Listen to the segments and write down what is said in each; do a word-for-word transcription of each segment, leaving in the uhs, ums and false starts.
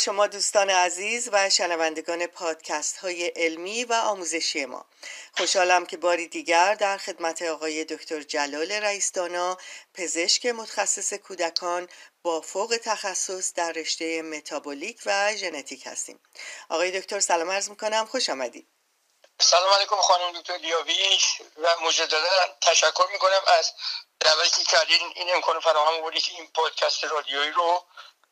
شما دوستان عزیز و شنوندگان پادکست های علمی و آموزشی ما. خوشحالم که باری دیگر در خدمت آقای دکتر جلال رئیس‌دانا، پزشک متخصص کودکان با فوق تخصص در رشته متابولیک و ژنتیک هستیم. آقای دکتر سلام عرض میکنم، خوش آمدید. سلام علیکم خانم دکتر لیاوی و مجددا تشکر میکنم از دعوتی که کردین، این امکان فراهم آوردید که این پادکست رادیویی رو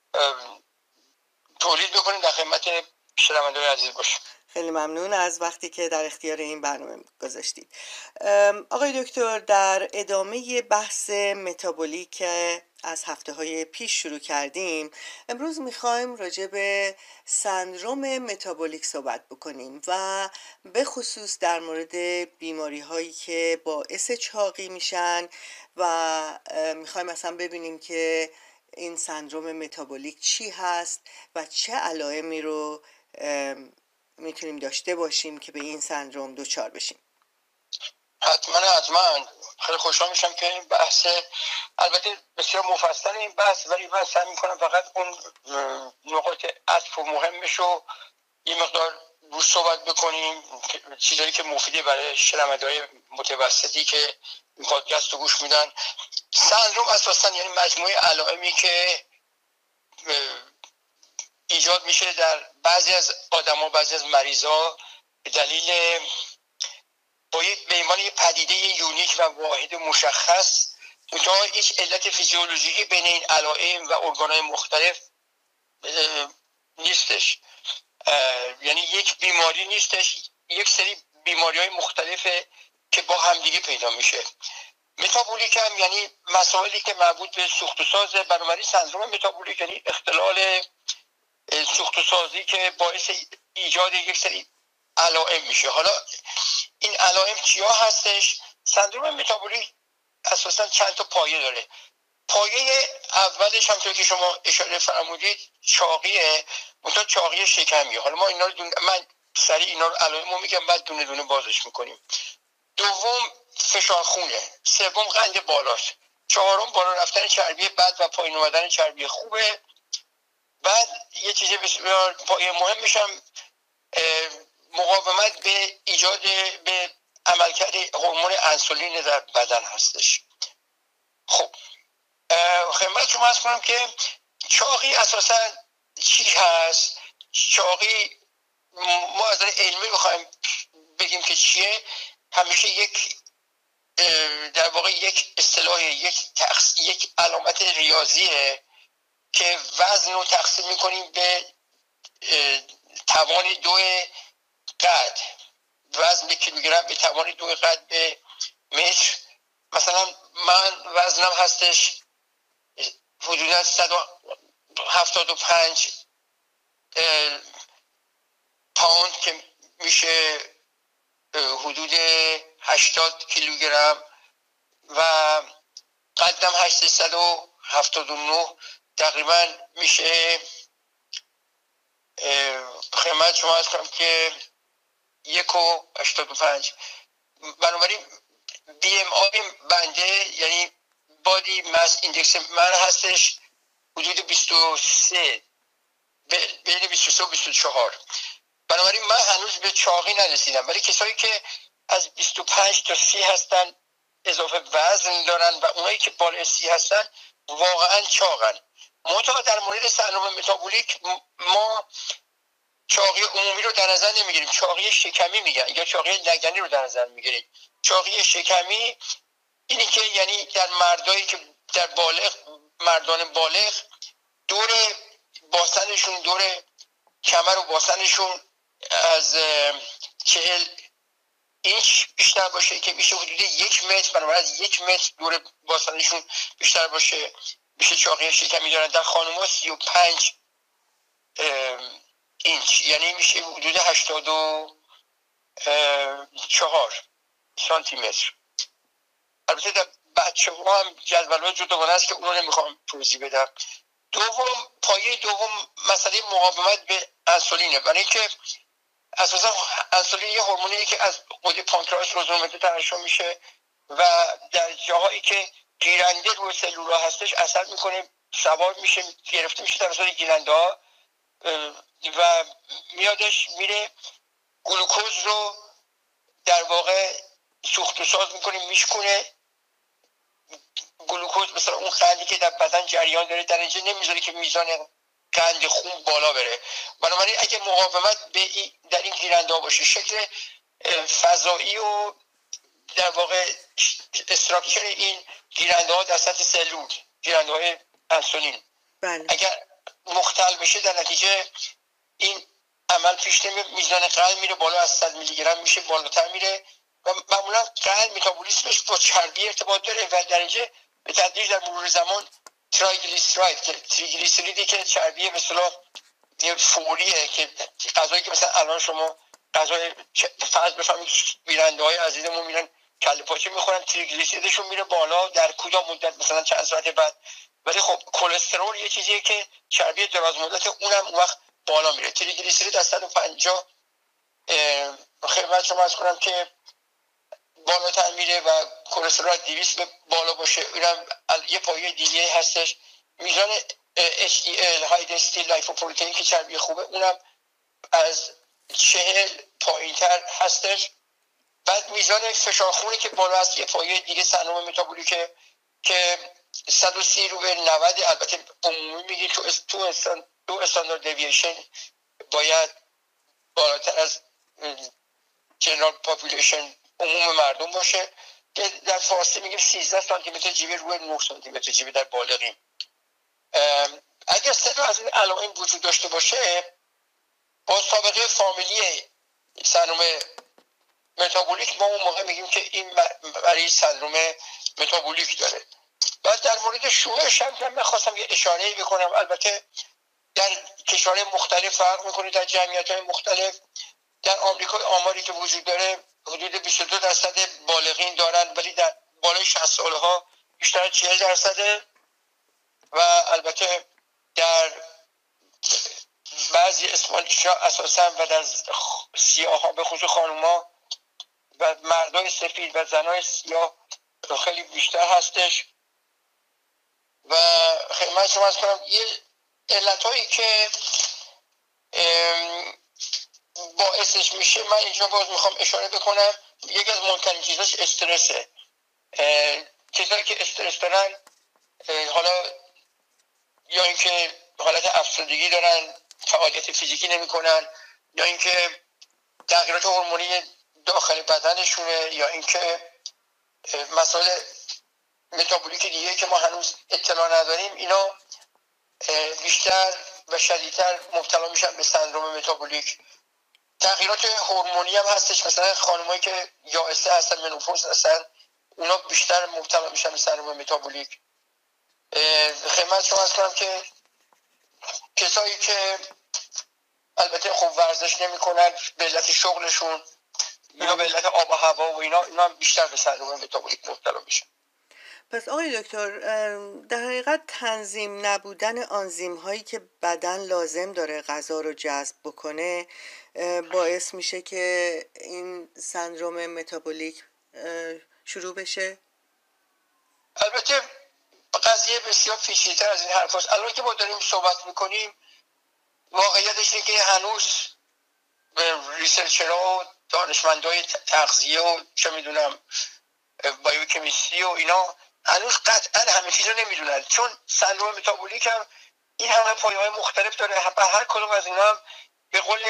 تولید بکنیم در خدمت شنوندگان عزیز باشیم. خیلی ممنون از وقتی که در اختیار این برنامه گذاشتید. آقای دکتر، در ادامه بحث متابولیک از هفته های پیش شروع کردیم، امروز میخوایم راجع به سندروم متابولیک صحبت بکنیم و به خصوص در مورد بیماری هایی که باعث چاقی میشن و میخوایم مثلا ببینیم که این سندروم متابولیک چی هست و چه علائمی رو میتونیم داشته باشیم که به این سندروم دچار بشیم. حتما حتما خیلی خوشحال میشم که این بحث، البته بسیار مفصل این بحث، ولی من سعی میکنم فقط اون نقاط عطف و مهمش رو یه مقدار روش صحبت بکنیم، چیزایی که مفیده برای شنونده‌های متوسطی که این پادکست رو گوش میدن. سندروم اساسا یعنی مجموعه علائمی که ایجاد میشه در بعضی از آدما، بعضی از مریضا، به دلیل با یک به عنوان یک پدیده یونیک و واحد مشخص، منتها هیچ علت فیزیولوژیکی بین این علائم و ارگان‌های مختلف نیستش. یعنی یک بیماری نیستش، یک سری بیماری‌های مختلفه که با همدیگه پیدا میشه. متابولیک هم یعنی مسائلی که مربوط به سوخت و ساز، بنابراین سندروم متابولیک یعنی اختلال سوخت و سازی که باعث ایجاد یک سری علائم میشه. حالا این علائم چیا هستش؟ سندروم متابولیک اساسا چند تا پایه داره. پایه اولش هم که شما اشاره فرمودید چاقیه، منتها چاقی شکمیه. حالا ما اینا رو دون... من سریع اینا رو علائم رو میگم، بعد دونه دونه بازش میکنیم. دوم فشار خونه، سوم قند بالاست، چهارم بالا رفتن چربی بد و پایین اومدن چربی خوبه. بعد یه چیز بسیار پایه مهم میشم مقاومت به ایجاد به عملکرد هورمون انسولین در بدن هستش. خب خدمت شما عرض کنم که چاقی اساسا چی هست؟ چاقی ما از نظر علمی بخوایم بگیم که چیه، همیشه یک در واقع یک اصطلاح، یک تخص... یک علامت ریاضیه که وزن رو تقسیم میکنیم به توان دو قد، وزن به کیلوگرم به توان دو قد به متر. مثلا من وزنم هستش حدودا صد و هفتاد و پنج پوند که میشه حدود هشتاد کیلوگرم و قدم هشتصد و هفتاد و نه تقریبا میشه خدمت شما عرض کنم که یک و هشتاد و پنج. بنابراین بی ام آی بنده یعنی بادی ماس ایندکس من هستش حدود بیست و سه، بین بیست و سه و بیست و چهار. بنابراین من هنوز به چاقی نرسیدم، ولی کسایی که از بیست و پنج تا سی هستن اضافه وزن دارن و اونایی که بالای سی هستن واقعا چاقن. منتها در مورد سندروم متابولیک ما چاقی عمومی رو در نظر نمیگیریم، چاقی شکمی میگن یا چاقی لگنی رو در نظر میگیریم. چاقی شکمی اینی که یعنی در مردایی که در بالغ، مردان بالغ، دور باسنشون، دور کمر و باسنشون از چهل اینچ بیشتر باشه که میشه حدود یک متر، بنابراین از یک متر دور باسنشون بیشتر باشه میشه چاقی شکمی دارن. در خانوما سی و پنج اینچ یعنی میشه حدود هشتاد و چهار سانتی متر. البته در بچه ها هم جدول‌های جداگانه است که اونو نمیخوام توضیح بدم. دوم، پایه دوم مسئله مقاومت به انسولینه، برای اینکه اساسا انسولین یه هورمونیه که از غده پانکراس روزنامه ترشح میشه و در جاهایی که گیرنده روی سلول‌ها هستش اثر میکنه، سوار میشه، گرفته میشه توسط گیرنده ها و میادش میره گلوکوز رو در واقع سوخت و ساز میکنه، میشکنه. گلوکوز مثلا اون قندی که در بدن جریان داره در اینجا نمیذاره که میزان قند خون بالا بره. بنابراین اگه مقاومت به در این گیرنده ها باشه، شکل فضایی و در واقع استراکچر این گیرنده ها در سطح سلول، گیرنده های انسولین، بله. اگر مختل بشه در نتیجه این عمل پیش نمیره، میزان قند میره بالا، از صد میلی گرم میشه بالاتر میره و معمولا قند متابولیسمش با چربی ارتباط داره و در اینجا به تدریج در مرور زمان ترایگلیسیراید که تریگلیسیریدی که چربی به اصطلاح فوریه، که غذایی که مثلا الان شما غذای فرض بفهمید میرنده های عزیزمون میرن کله پاچه میخورن، تریگلیسیریدشون میره بالا در کدام مدت، مثلا چند ساعت بعد. ولی خب کلسترول یه چیزیه که چربی دراز مدت اونم اون وقت بالا میره. تریگلیسیرید از صد و پنجاه خدمت شما عرض کنم که بالاتر میره و کلسترول دویست به بالا باشه. اینم یه پایه دیگه هستش. میزان اچ دی ال های دنسیتی لایپوپروتئین که چربی خوبه اونم از چهل پایینتر هستش. بعد میزان فشار خونی که بالا است، یه پایه دیگه سندروم متابولیکه که صد و سی رو به نود. البته عمومی میگه تو تو استان تو استاندارد دیوییشن باید بالاتر از جنرال پاپولیشن عموم مردم باشه که در فارسی میگیم سیزده سانتی متر جیوی روی نه سانتی متر جیوی در بالغین. اگر سه تا از این علائم وجود داشته باشه، با سابقه فامیلی سندروم متابولیک ما اون موقع میگیم که این مریض سندروم متابولیک داره. بعد در مورد شوهش هم من خواستم یه اشاره‌ای بکنم. البته در کشورهای مختلف فرق میکنه، در جمعیت‌های مختلف. در آمریکا آماری که وجود داره حدود بیست و دو درصد بالغین دارن، ولی در بالای شصت ساله‌ها بیشتر از چهل درصده. و البته در بعضی اسپانیش‌ها اساساً و در سیاه‌ها به خصوص خانوما و مردای سفید و زنای سیاه خیلی بیشتر هستش. و خدمت شما عرض کنم یه علتایی که باعثش میشه، من اینجا باز میخوام اشاره بکنم. یکی از مهمترین چیزاش استرسه. کسایی که استرس دارن حالا یا اینکه حالت افسردگی دارن، فعالیت فیزیکی نمیکنن، یا اینکه تغییرات هورمونی داخل بدنشونه، یا اینکه مسائل متابولیک دیگه که ما هنوز اطلاع نداریم، اینا بیشتر و شدیدتر مبتلا میشن به سندروم متابولیک. تغییرات هورمونی هم هستش، مثلا خانمایی که یائسه هستن، منوپوز هستن، اونا بیشتر مبتلا میشن به سندروم متابولیک. خدمت شما عرض کنم که کسایی که البته خوب ورزش نمیکنن به علت شغلشون یا به علت آب و هوا و اینا، اینا هم بیشتر به سندروم متابولیک مبتلا میشن. پس آقای دکتر، در حقیقت تنظیم نبودن آنزیم هایی که بدن لازم داره غذا رو جذب بکنه باعث میشه که این سندروم متابولیک شروع بشه؟ البته قضیه بسیار پیچیده‌تر از این حرف هست. الان که ما داریم صحبت میکنیم واقعیتش اینه که هنوز ریسرچرها و دانشمندای تغذیه و چه میدونم بایوکمیستری و اینا هنوز قطعا همه چیز رو نمیدونن، چون سندروم متابولیک هم این همه پایه‌های مختلف داره. هر کدوم از اینا هم به قول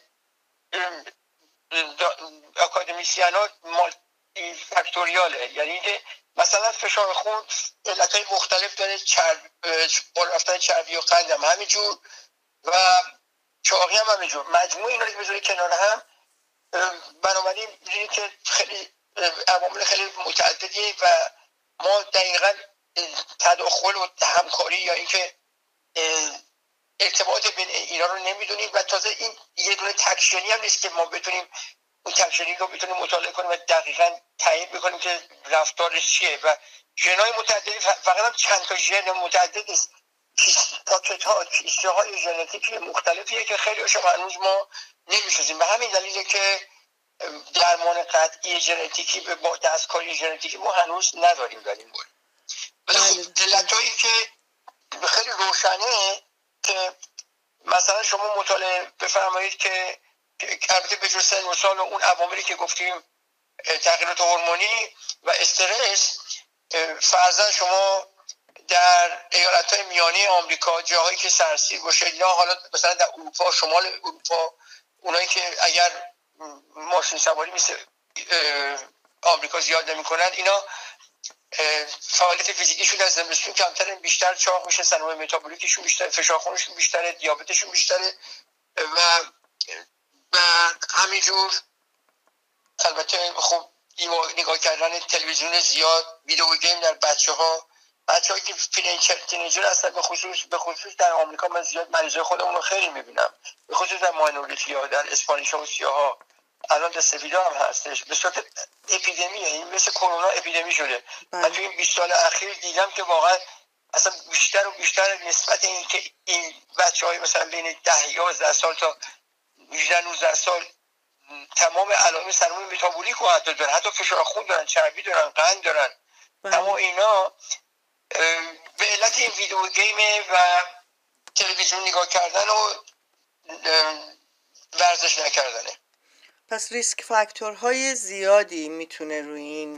اکادمیسیانا مالتی فاکتوریاله، یعنی که مثلا فشار خون علتهای مختلف داره، چرب بالا رفتن چربی و قند هم همینجور و چاقی هم همینجور. مجموع اینا رو بذاری کنار هم، بنابراین می‌بینید که خیلی عوامل خیلی متعددیه و ما دقیقاً تداخل و همکاری یا اینکه ارتباط بین اینا رو نمیدونیم و تازه این یه دونه تکشنی هم نیست که ما بتونیم اون تکشنی رو بتونیم مطالعه کنیم و دقیقاً تعیین بکنیم که رفتارش چیه. و ژن‌های متعددی فقط هم چند تا ژن متعدد نیست، پاکت‌ها کیسه‌های ژنتیکی مختلفیه که خیلی هاشون هنوز ما نمی‌شناسیم. به همین دلیله که درمان قطعی ژنتیکی با دستکاری ژنتیکی ما هنوز نداریم در این مورد. ولی خب علتایی که خیلی روشنه که مثلا شما مطالعه بفرمایید که البته به جز سن و سال و اون عواملی که گفتیم، تغییرات هورمونی و استرس، فرضاً شما در ایالت‌های میانی آمریکا جاهایی که سرسیر باشه، یا حالا مثلا در اروپا، شمال اروپا، اونایی که اگر ماشین سواری مثل آمریکا زیاد نمی‌کنن، اینا فعالیت فیزیکیشون از زمستون کمتر، بیشتر چاق میشه، سنوم متابولیکشون بیشتر، فشار خونشون بیشتره، دیابتشون بیشتره و و همینجور. البته خب نگاه کردن تلویزیون زیاد، ویدیو گیم در بچه‌ها، بچه‌هایی که تینیجر هستن، به خصوص به خصوص در آمریکا من زیاد مریضای خودمون رو خیلی می‌بینم، به خصوص در ماینوریتی‌ها، در اسپانیش‌ها و سیاها، الان در سفیدا هم هستش، به صورت اپیدمیه، این مثل کرونا اپیدمی شده. من تو این بیست سال اخیر دیدم که واقعا اصلا بیشتر و بیشتر نسبت این که این بچه‌های مثلا بین ده یازده سال تا هجده نوزده سال تمام علائم سنوم متابولیک رو حتی دارن، حتی فشار خون دارن، چربی دارن، قند دارن. اما اینا به علت این ویدیو گیم و تلویزیون نگاه کردن و ورزش نکردنه. پس ریسک فاکتورهای زیادی میتونه روی این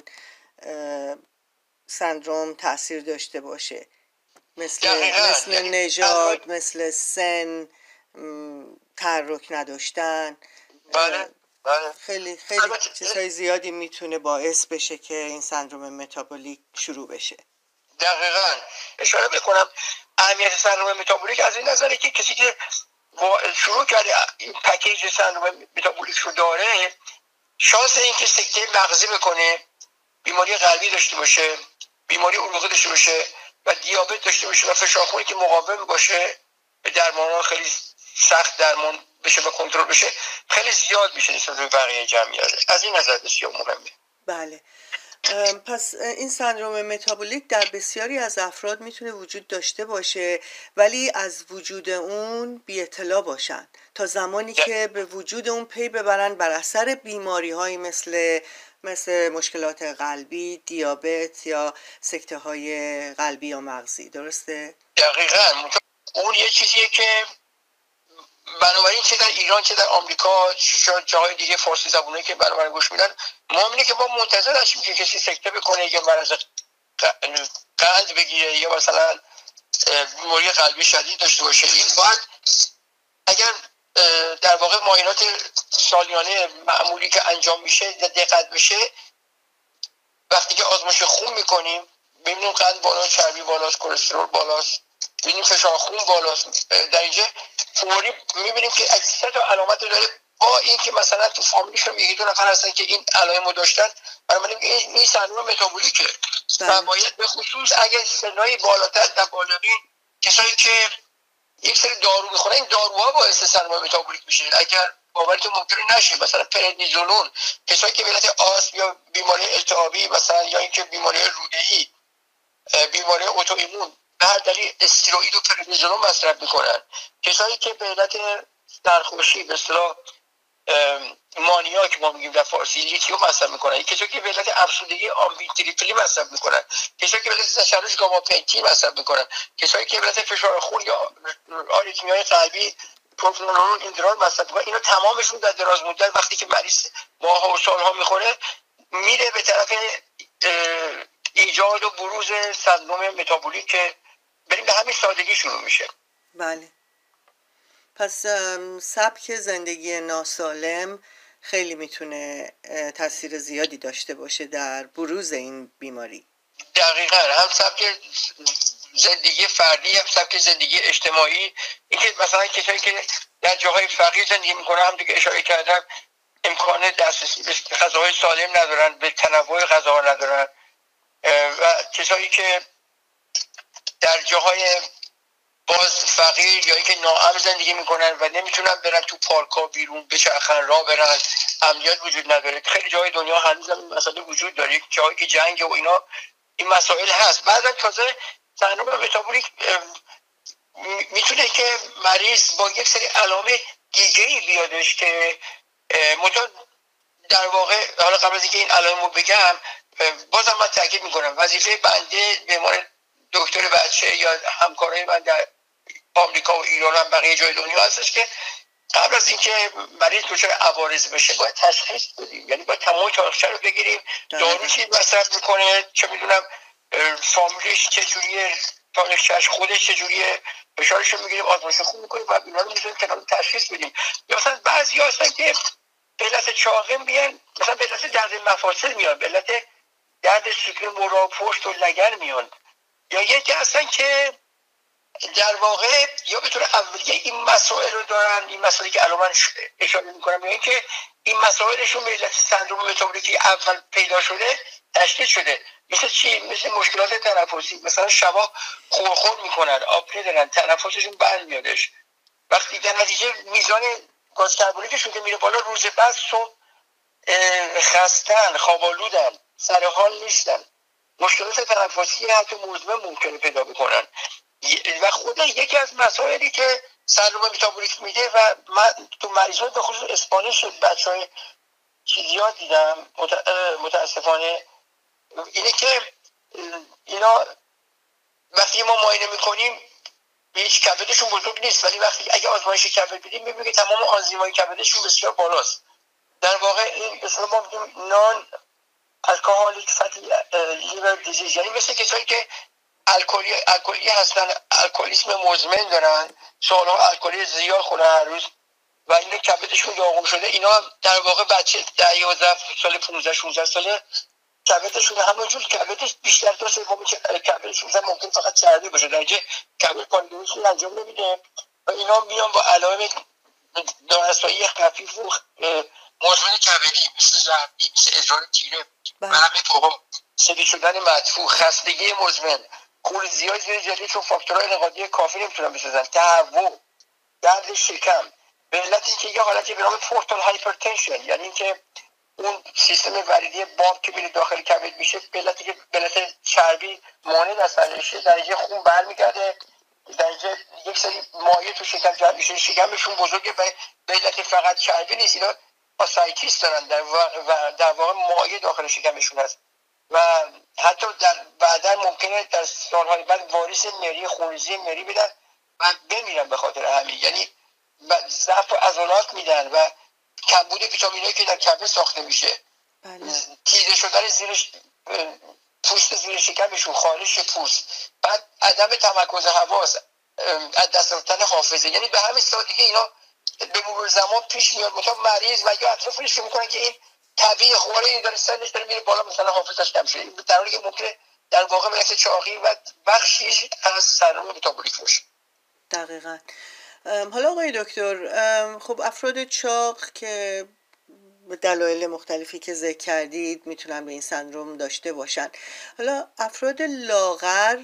سندروم تأثیر داشته باشه، مثل مثل یعنی نژاد، مثل سن، تحرک نداشتن. بله بله. خیلی خیلی چیزهای زیادی میتونه باعث بشه که این سندروم متابولیک شروع بشه. دقیقاً اشاره بکنم اهمیت سندروم متابولیک از این نظره که کسی که شروع کرده این پکیج سندروم متابولیک رو داره، شانس این که سکته مغزی بکنه، بیماری قلبی داشته باشه، بیماری عروقی داشته باشه و دیابت داشته باشه و فشار خونی که مقاوم باشه، به درمان خیلی سخت درمان بشه و کنترل بشه، خیلی زیاد میشه نسبت به بقیه جمعیت. از این نظر بسیار مهمه. بله. پس این سندروم متابولیک در بسیاری از افراد میتونه وجود داشته باشه، ولی از وجود اون بی اطلاع باشن تا زمانی که به وجود اون پی ببرن بر اثر بیماری های مثل مثل مشکلات قلبی، دیابت یا سکته های قلبی یا مغزی. درسته؟ دقیقاً. اون یه چیزیه که بنابراین چه در ایران چه در آمریکا، شاید جاهای دیگه فارسی زبونایی که بنابراین گوش میدن، ما اینه که ما منتظر هستیم که کسی سکته بکنه یا مرض قند بگیره یا مثلا بیماری قلبی شدید داشته باشه. این باید اگر در واقع معاینات سالیانه معمولی که انجام میشه دقت بشه، وقتی که آزمایش خون میکنیم ببینیم قند بالاست، چربی بالاست، کلسترول بالاست، ببینیم فشار خون بالاست، در اینجا فوری میبینیم که اکثر تا علامت داره. با این که مثلا تو فامیلیشون یکی دو نفر هستن که این علائمو داشتن، بنابراین این سندروم متابولیکه و باید به خصوص اگه سنای بالاتر در بالغین، کسایی که یک سری دارو میخورن، این داروها باعث سندروم متابولیک میشه. اگر باورتون ممکن نشه مثلا پردنیزولون، کسایی که به علت آسم یا بیماری التهابی مثلا یا اینکه بیماری روده‌ای، بیماری اتوایمون به هر دلیل استروئید و پردنیزولون مصرف میکنن، کسایی که به علت سرخوشی به اصطلاح مانیا که ما میگیم در فارسی لیتیوم مصرف میکنن، کسایی که به علت افسردگی آمبیتریپلی مصرف میکنن، کسایی که به علت تشنج گاماپنتین مصرف میکنن، کسایی که به علت فشار خون یا آریتمیای قلبی پروپرانول ایندرال مصرف میکنن، اینا تمامشون در دراز مدت وقتی که مریض ماها و سالها میخوره میره به طرف ایجاد و بروز سندروم متابولیک که بریم به همین سادگی شروع میشه. بله. پس سبک زندگی ناسالم خیلی میتونه تاثیر زیادی داشته باشه در بروز این بیماری. دقیقاً، هم سبک زندگی فردی هم سبک زندگی اجتماعی. اینکه مثلا کسایی که در جاهای فقیر زندگی میکنن، هم دیگه اشاره کردم، امکان دسترسی به غذاهای سالم ندارن، به تنوع غذاها ندارن و کسایی که در جاهای باز فقیر یا اینکه ناامن زندگی میکنن و نمیتونن برن تو پارک‌ها بیرون بچرخن، راه برن، امنیت وجود نداره. خیلی جای دنیا هنوز هم این مسئله وجود داره، جایی که جنگ و اینا این مسائل هست. بعدن تازه سندروم متابولیک میتونه که مریض با یک سری علائم دیگه‌ای بیادش که متأ در واقع، حالا قبل از اینکه این علائم رو بگم بازم من تاکید میکنم وظیفه بنده به عنوان دکتر بچه یا همکارای من در آمریکا و ایران هم بقیه جای دنیا هستش که قبل از اینکه مریض دچار عوارض بشه باید تشخیص بدیم، یعنی باید تمام تاریخچه رو بگیریم، دارو چی مصرف میکنه، چه میدونم فامیلش چجوریه، تاریخچه‌اش خودش چجوریه، فشارش رو میگیریم، آزمایش خون میکنیم و اینا رو میذاریم کنار تشخیص بدیم. یا مثلا بعضی هستن که به علت چاقه میان، مثلا به علت درد مفاصل میان، به علت درد سوکه مرا پشت و لگن میان، یا یکی هستن که در واقع یا به طور اولیه این مسائل رو دارن، این مسائلی که الان من اشاره میکنم، یا اینکه این مسائلشون به علت سندروم متابولیکی اول پیدا شده تشخیص شده. مثل چی؟ مثل مشکلات تنفسی، مثلا شبا خورخور میکنن، آپنه دارن، تنفسشون بند میادش، وقتی در نتیجه میزان گاز کربونیکشون که میره بالا، روز بعد صبح خستن، خوابالودن، سر حال نیستن، مشکلات تنفسی حتی مزمن ممکنه پیدا بکنن. و خود یکی از مسائلی که سندروم متابولیک میده و من تو مریضان به خصوص اسپانیش بچهای زیاد دیدم متاسفانه، اینه که اینا وقتی ما معاینه میکنیم هیچ کبدشون بزرگ نیست، ولی وقتی اگه آزمایش کبد بدیم میبینیم که تمام آنزیمای کبدشون بسیار بالاست. در واقع این به ما میگیم نان الکلیک فتی لیور دیزیز، یعنی مثل کسایی که الکلی الکلی هستن، الکلیسم مزمن دارن، سالها الکلی زیاد خورن هر روز و این کبدشون داغون شده، اینا در واقع بچه ده یازده سال پانزده شانزده ساله کبدشون همونجور کبدش بیشتر تا سوم کبدشون ممکن فقط چربی باشه، در حالی کبد پالیدوزی انجام نمیده و اینا میان با علائم نارسایی خفیف و مزمن کبدی مثل ضربی، مثل ادرار تیره و همه فوق سفید شدن مدفوع، خستگی مزمن، خون زیاد زیر جلد چون فاکتورهای نقاطی کافی نمیتونن بسازن، تهوع، درد شکم، به علت اینکه یه حالتی به نام پورتال هایپرتنشن، یعنی اینکه اون سیستم وریدی باب که میره داخل کبد میشه، به علتی که به علت چربی مانع از سرشه، درجه خون برمیگرده، درجه یک سری مایع تو شکم جمع میشه، شکمشون بزرگه و به علت فقط چربی نیست، اینا آسایتیس دارن در واقع و در واقع مایع داخل شکمشون هست و حتی در بعدا ممکنه در سالهای بعد واریس مری خونریزی مری بدن و بمیرن به خاطر همین، یعنی ضعف عضلات میدن و کمبود ویتامینایی که در کبد ساخته میشه، بله. تیره شدن زیر پوست زیر شکمشون، خارش پوست، بعد عدم تمرکز حواس، از دست رفتن حافظه، یعنی به همین سادگی اینا به مرور زمان پیش میاد. مثلا مریض و یا اطرافش فکر میکنن که این طبیعی خواره، این داره سنش داره میره بالا، مثلا حافظش کم شده، در حالی که ممکنه در واقع مثل چاقی و بخشی از سندروم متابولیک باشه. دقیقاً. حالا آقای دکتر، خب افراد چاق که به دلایل مختلفی که ذکر کردید میتونن به این سندروم داشته باشن، حالا افراد لاغر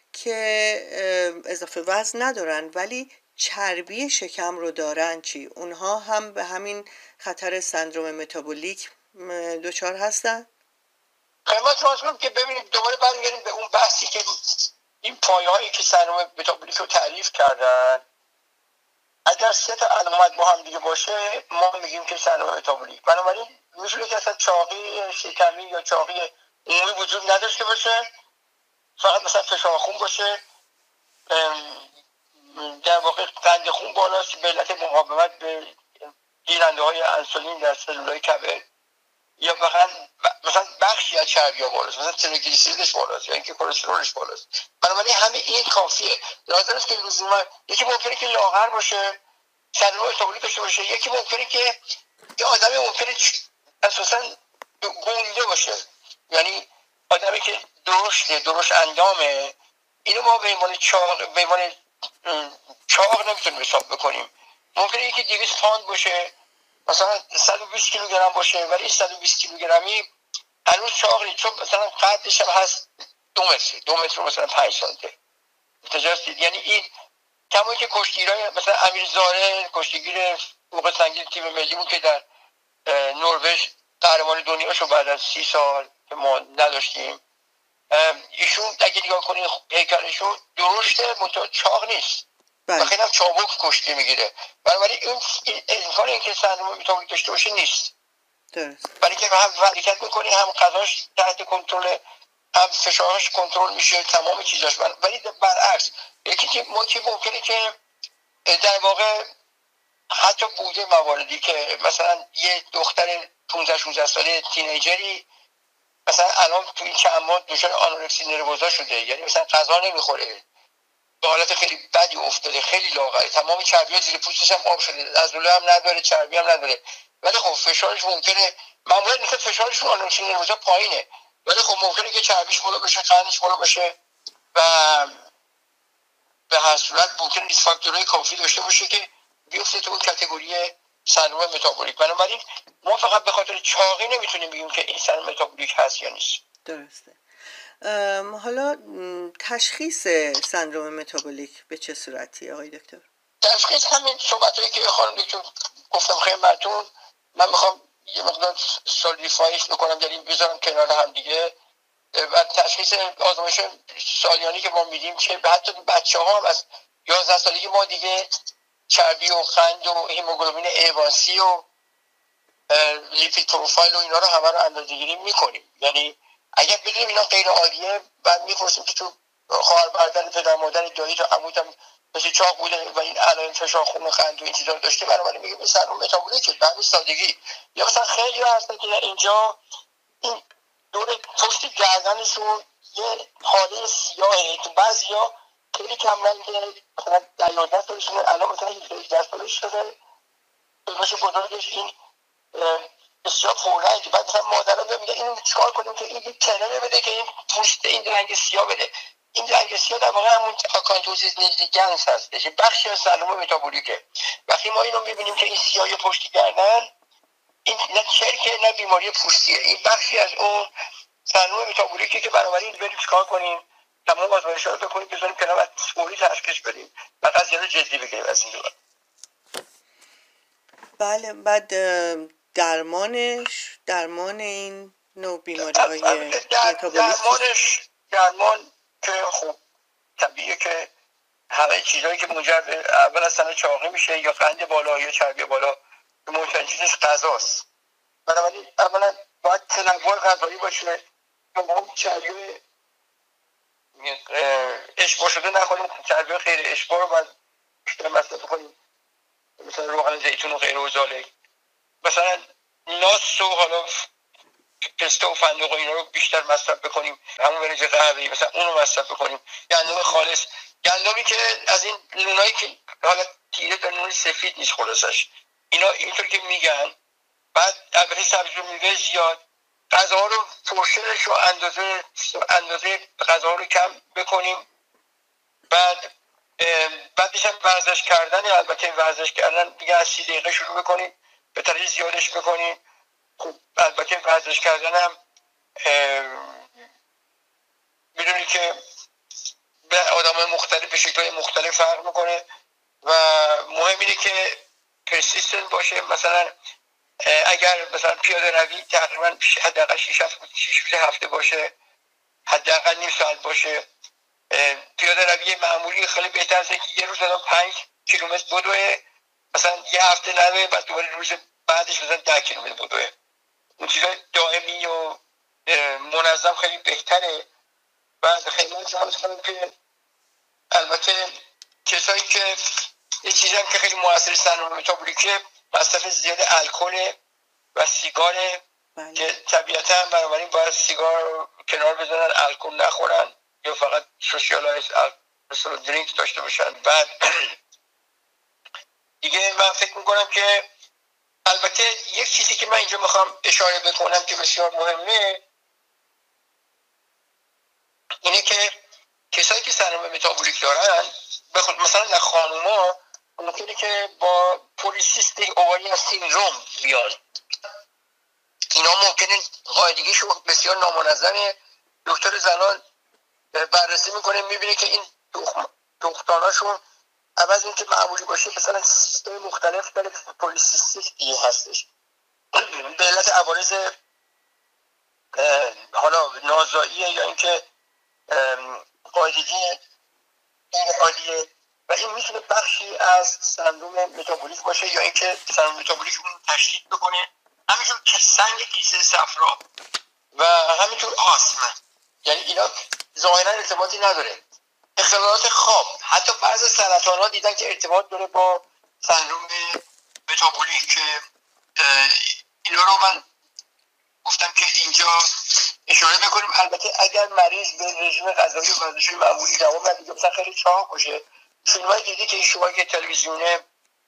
که اضافه وزن ندارن ولی چربی شکم رو دارن چی؟ اونها هم به همین خطر سندروم متابولیک دچار هستن؟ خدمت شما کنم که ببینید دوباره برمیگردیم به اون بحثی که این پایه هایی که سندروم متابولیک رو تعریف کردن، اگر سه تا علامت با هم دیگه باشه ما میگیم که سندروم متابولیک. بنابراین میشه که اصلا چاقی شکمی یا چاقی عمومی وجود نداشته باشه، فقط مثلا فشار خون باشه، در واقع قند خون بالاست به علت مقاومت به گیرنده های انسولین در سلولای کبد، یا فقط مثلا بخشی از چربی ها بالاست، مثلا تریگلیسیریدش بالاست یا اینکه کلسترولش بالاست. بنابراین همه این کافیه. لازم است که لزوما یکی ممکنه که لاغر باشه سندروم متابولیک داشته باشه، یکی ممکنه که یه آدمی ممکنه اساسا گنده باشه، یعنی آدمی که درشته، درشت اندامه، اینو ما به عنوان چاق به عنوان چاق نمیتونیم حساب بکنیم. ممکنه یکی دویست پوند باشه، مثلا صد و بیست کیلوگرم باشه، ولی صد و بیست کیلوگرمی هنوز چاق نیست، چون مثلا قدش هم هست دو متر دو متر مثلا پنج سانته. متوجه؟ یعنی این کمایی که کشتیگیرای مثلا امیر زاره کشتیگیر فوق سنگین تیم ملیمون که در نروژ قهرمان دنیاشو بعد از سی سال که ما نداشتیم، ایشون اگه نگاه کنید هیکلشو درشته منتها چاق نیست و خیلی هم چابک کشتی میگیره. بنابراین این امکان اینکه سندروم متابولیک داشته باشه نیست، برای که هم حرکت میکنه هم غذاش تحت کنترل هم فشارش کنترل میشه تمام چیزاش. ولی برعکس یکی که ما که ممکنه که در واقع حتی بوده مواردی که مثلا یه دختر پانزده شانزده ساله تینیجری مثلا الان تو این چند ماه دچار آنورکسی نروزا شده، یعنی مثلا غذا نمیخوره، به حالت خیلی بدی افتاده، خیلی لاغره، تمام چربی‌ها زیر پوستش هم آب شده، عضله هم نداره، چربی هم نداره، ولی خب فشارش ممکنه معمولا میگه فشارشون آنورکسی نروزا پایینه، ولی خب ممکنه که چربیش بالا بشه، قندش بالا بشه و به هر صورت ممکنه ریسک فاکتورهای کافی داشته باشه که بیفته تو اون کاتگوری سندروم متابولیک. بنابراین ما فقط به خاطر چاقی نمیتونیم بگیم که این سندروم متابولیک هست یا نیست. درسته. حالا تشخیص سندروم متابولیک به چه صورتی آقای دکتر؟ تشخیص همین صحبتایی که خانم دکتر گفتم خدمتتون، من میخوام یه مقدار سولیفایش بکنم، یعنی بذارم کنار هم دیگه. و تشخیص آزمایش سالیانی که ما میدیم که حتی بچه ها هم از یازده سالگی ما دیگه چربی و قند و هیموگلوبین ایوانسی و لیپید پروفایل و اینا رو همه رو اندازه‌گیری میکنیم. یعنی اگر بدونیم اینا غیر عادیه بعد میپرسیم که تو خواهر برادر پدر مادر دایی تا عموتم مثل چاق بوده و این علائم فشار خون و قند و این چیزا رو داشته، بنابراین میگیم این سندروم متابولیکه به همین سادگی. یا مثلا خیلی هستن که اینجا این دور پشت گردنشون یه حاله سیاهه، تو بعضیا خیلی کم رنگه، مثلا در یازده سالشون الان مثلا هجده سالش شده، داداش بزرگش این بسیار پررنگه. بعد مثلا مادرم میگه اینو چیکار کنیم که این کنه بده که این پوست این رنگ سیاه بده. این رنگ سیاه در واقع همون آکانتوزیس نیگلیجنس هستش، بخشی از سندروم متابولیکه. وقتی ما اینو میبینیم که این سیاهی پشت گردن، این نه چرکه نه بیماری پوستیه، این بخشی از اون سندروم متابولیکه که بنابراین بریم چیکار کنیم؟ تمام آزمایش‌ها رو بکنیم، بذاریم کنار و فوری تشخیص بدیم و قضیه رو جدی بگیریم از این دور. بله. بعد درمانش درمان این نوع بیماری‌های متابولیک درمانش درمان که خب طبیعیه که همه چیزایی که منجر به اول از سن چاقی میشه یا قند بالا یا چربی بالا، مهمترین چیزش غذاست. بنابراین اولا باید تنوع غذایی باشه، ما چربی اشباع شده نخوریم، چربی خیر اشباع رو باید بیشتر مصرف کنیم، مثلا روغن زیتون و غیر و ذالک. مثلا ناس و حالا پسته و فندق و اینا رو بیشتر مصرف بکنیم، همون برنج قهوه‌ای مثلا اون رو مصرف بکنیم. گندم خالص، گندمی که از این نونایی که حالا تیره در نون سفید نیست خلاصش، اینا اینطور که میگن. بعد البته سبزی و میوه زیاد، غذاها رو پورشنش رو اندازه اندازه غذا رو کم بکنیم. بعد بعد میشم ورزش کردن، البته ورزش کردن دیگه از سی دقیقه شروع بکنیم به تدریج زیادش بکنیم. خب البته ورزش کردن هم میدونی که به آدمای مختلف به شکل‌های مختلف فرق میکنه و مهم اینه که پرسیستنت باشه. مثلا اگر مثلا پیاده روی تقریبا حداقل شش روز هفته باشه، حداقل نیم ساعت باشه. پیاده روی معمولی خیلی بهتر از اینکه یه روز آدم پنج کیلومتر بدوه، مثلا یه هفته نروه بعد دوباره روز بعدش مثلا ده کیلومتر بدوه. اون چیزای دائمی و منظم خیلی بهتره. بعد خیلی من سعی می‌کنم که البته کسایی که یه چیزی هم که خیلی موثر سندروم متابولیکه مصرف زیاد الکل و سیگاره، بله. که طبیعتا بنابراین باید سیگار رو کنار بزنن، الکل نخورن یا فقط سوشیالایز مثلا درینک داشته باشن. بعد دیگه من فکر میکنم که البته یک چیزی که من اینجا میخوام اشاره بکنم که بسیار مهمه اینه که کسایی که سندروم متابولیک دارن، بخود مثلا در خانوما ممکنه که با پلیسیستیک اووریان سیندروم بیان. اینا ممکنه قاعدگیشون بسیار نامنظمه. دکتر زنان بررسی میکنه میبینه که این دختاناشون عوض این که معمولی باشه مثلا سیستم مختلف داره پلیسیستیک دیگه هستش به علت عوارض حالا نازاییه یا اینکه قاعدگی غیر عالیه و این میتونه بخشی از سندروم متابولیک باشه یا اینکه سندروم متابولیک اون تشدید بکنه. همینجور که سنگ کیسه صفرا و همینطور آسم. یعنی اینا ظاهرا ارتباطی نداره. اختلالات خواب، حتی بعضی سرطان ها دیدن که ارتباط داره با سندروم متابولیک که اینا رو من گفتم که اینجا اشاره بکنیم. البته اگر مریض به رژیم غذایی و ورزش معمولی دوام نده، مثلا خیلی چاق باشه، فیلمای دیدی که این شما که تلویزیونه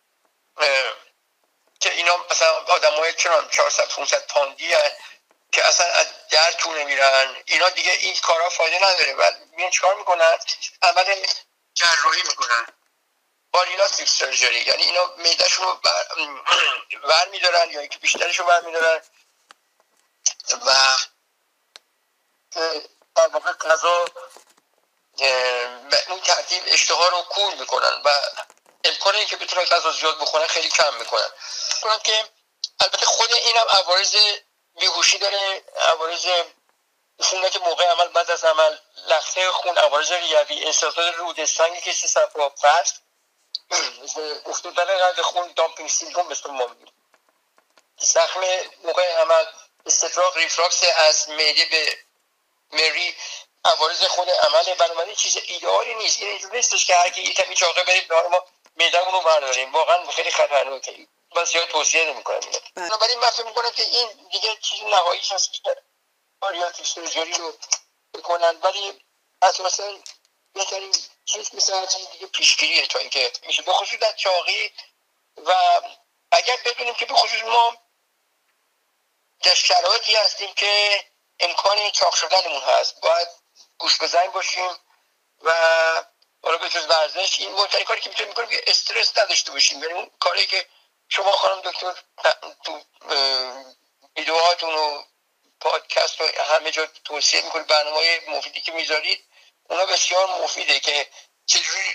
که اینا مثلا آدمای چنان چهارصد پانصد پوندی که اصلا از در تو نمیرن، اینا دیگه این کارا فایده نداره و میان چیکار میکنن؟ عمل جراحی میکنن، باریاتریک سرجری، یعنی اینا معده‌شون رو بر, بر میدارن یا اینکه بیشترشو بر میدارن و در واقع غذا به این ترتیب اشتها رو کور میکنن و امکان اینکه بتونن غذا زیاد بخورن خیلی کم میکنن. کنن که البته خود اینم عوارض بیهوشی داره، عوارض عفونت موقع عمل، بعد از عمل، لخته خون، عوارض ریوی، انسداد رود سنگی که سیصد فصل، افتادن قند خون، دامپینگ سیندروم به اسم ما میگیم، زخم موقع عمل، استفراغ ریفراکس از معده به مری، عوارض خود عمل. بنابراین چیز ایدئالی نیست. این اینجوری نیستش که هر کی یک کمی چاقه برید به ما معده‌مون رو برداریم، واقعا خیلی خطرناکه. من زیاد توصیه نمی‌کنم. بنابراین من فکر می‌کنم که این دیگه چیز نهاییش هست که باریاتریک سرجری رو بکنن، ولی اساساً بهترین چیز مثلا دیگه پیشگیریه تا اینکه میشه، به خصوص در چاقی. و اگر بدونیم که به خصوص ما در شرایطی هستیم که امکان چاق شدنمون هست، باید گوش به زنگ باشیم و حالا به جز ورزش این مهمترین کاری که میتونیم بکنیم که استرس نداشته باشیم. یعنی اون کاری که شما خانم دکتر تو ویدیوهاتون و پادکست و همه جا توصیه میکنید، برنامه‌های مفیدی که میذارید اونا بسیار مفیده که چجوری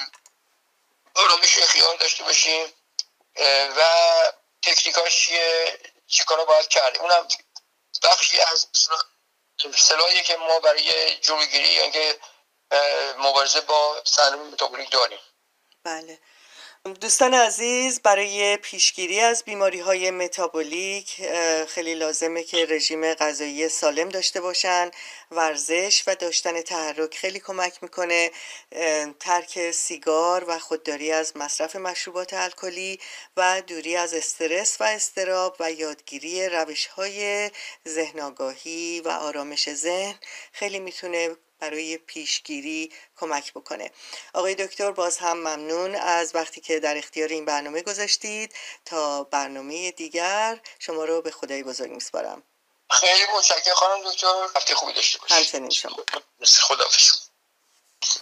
آرامش اختیار داشته باشیم و تکنیکاش چیه، چی کارا باید کرد. اونم بخشی از سلاحیه که ما برای جلوگیری یا اینکه مبارزه با سندروم متابولیک داریم. بله دوستان عزیز، برای پیشگیری از بیماری‌های متابولیک خیلی لازمه که رژیم غذایی سالم داشته باشن. ورزش و داشتن تحرک خیلی کمک میکنه. ترک سیگار و خودداری از مصرف مشروبات الکلی و دوری از استرس و اضطراب و یادگیری روش‌های ذهن آگاهی و آرامش ذهن خیلی میتونه برای پیشگیری کمک بکنه. آقای دکتر باز هم ممنون از وقتی که در اختیار این برنامه گذاشتید. تا برنامه دیگر شما رو به خدای بزرگ میسپارم. خیلی متشکرم خانم دکتر، هفته خوبی داشته باشید. همچنین شما. خداحافظ.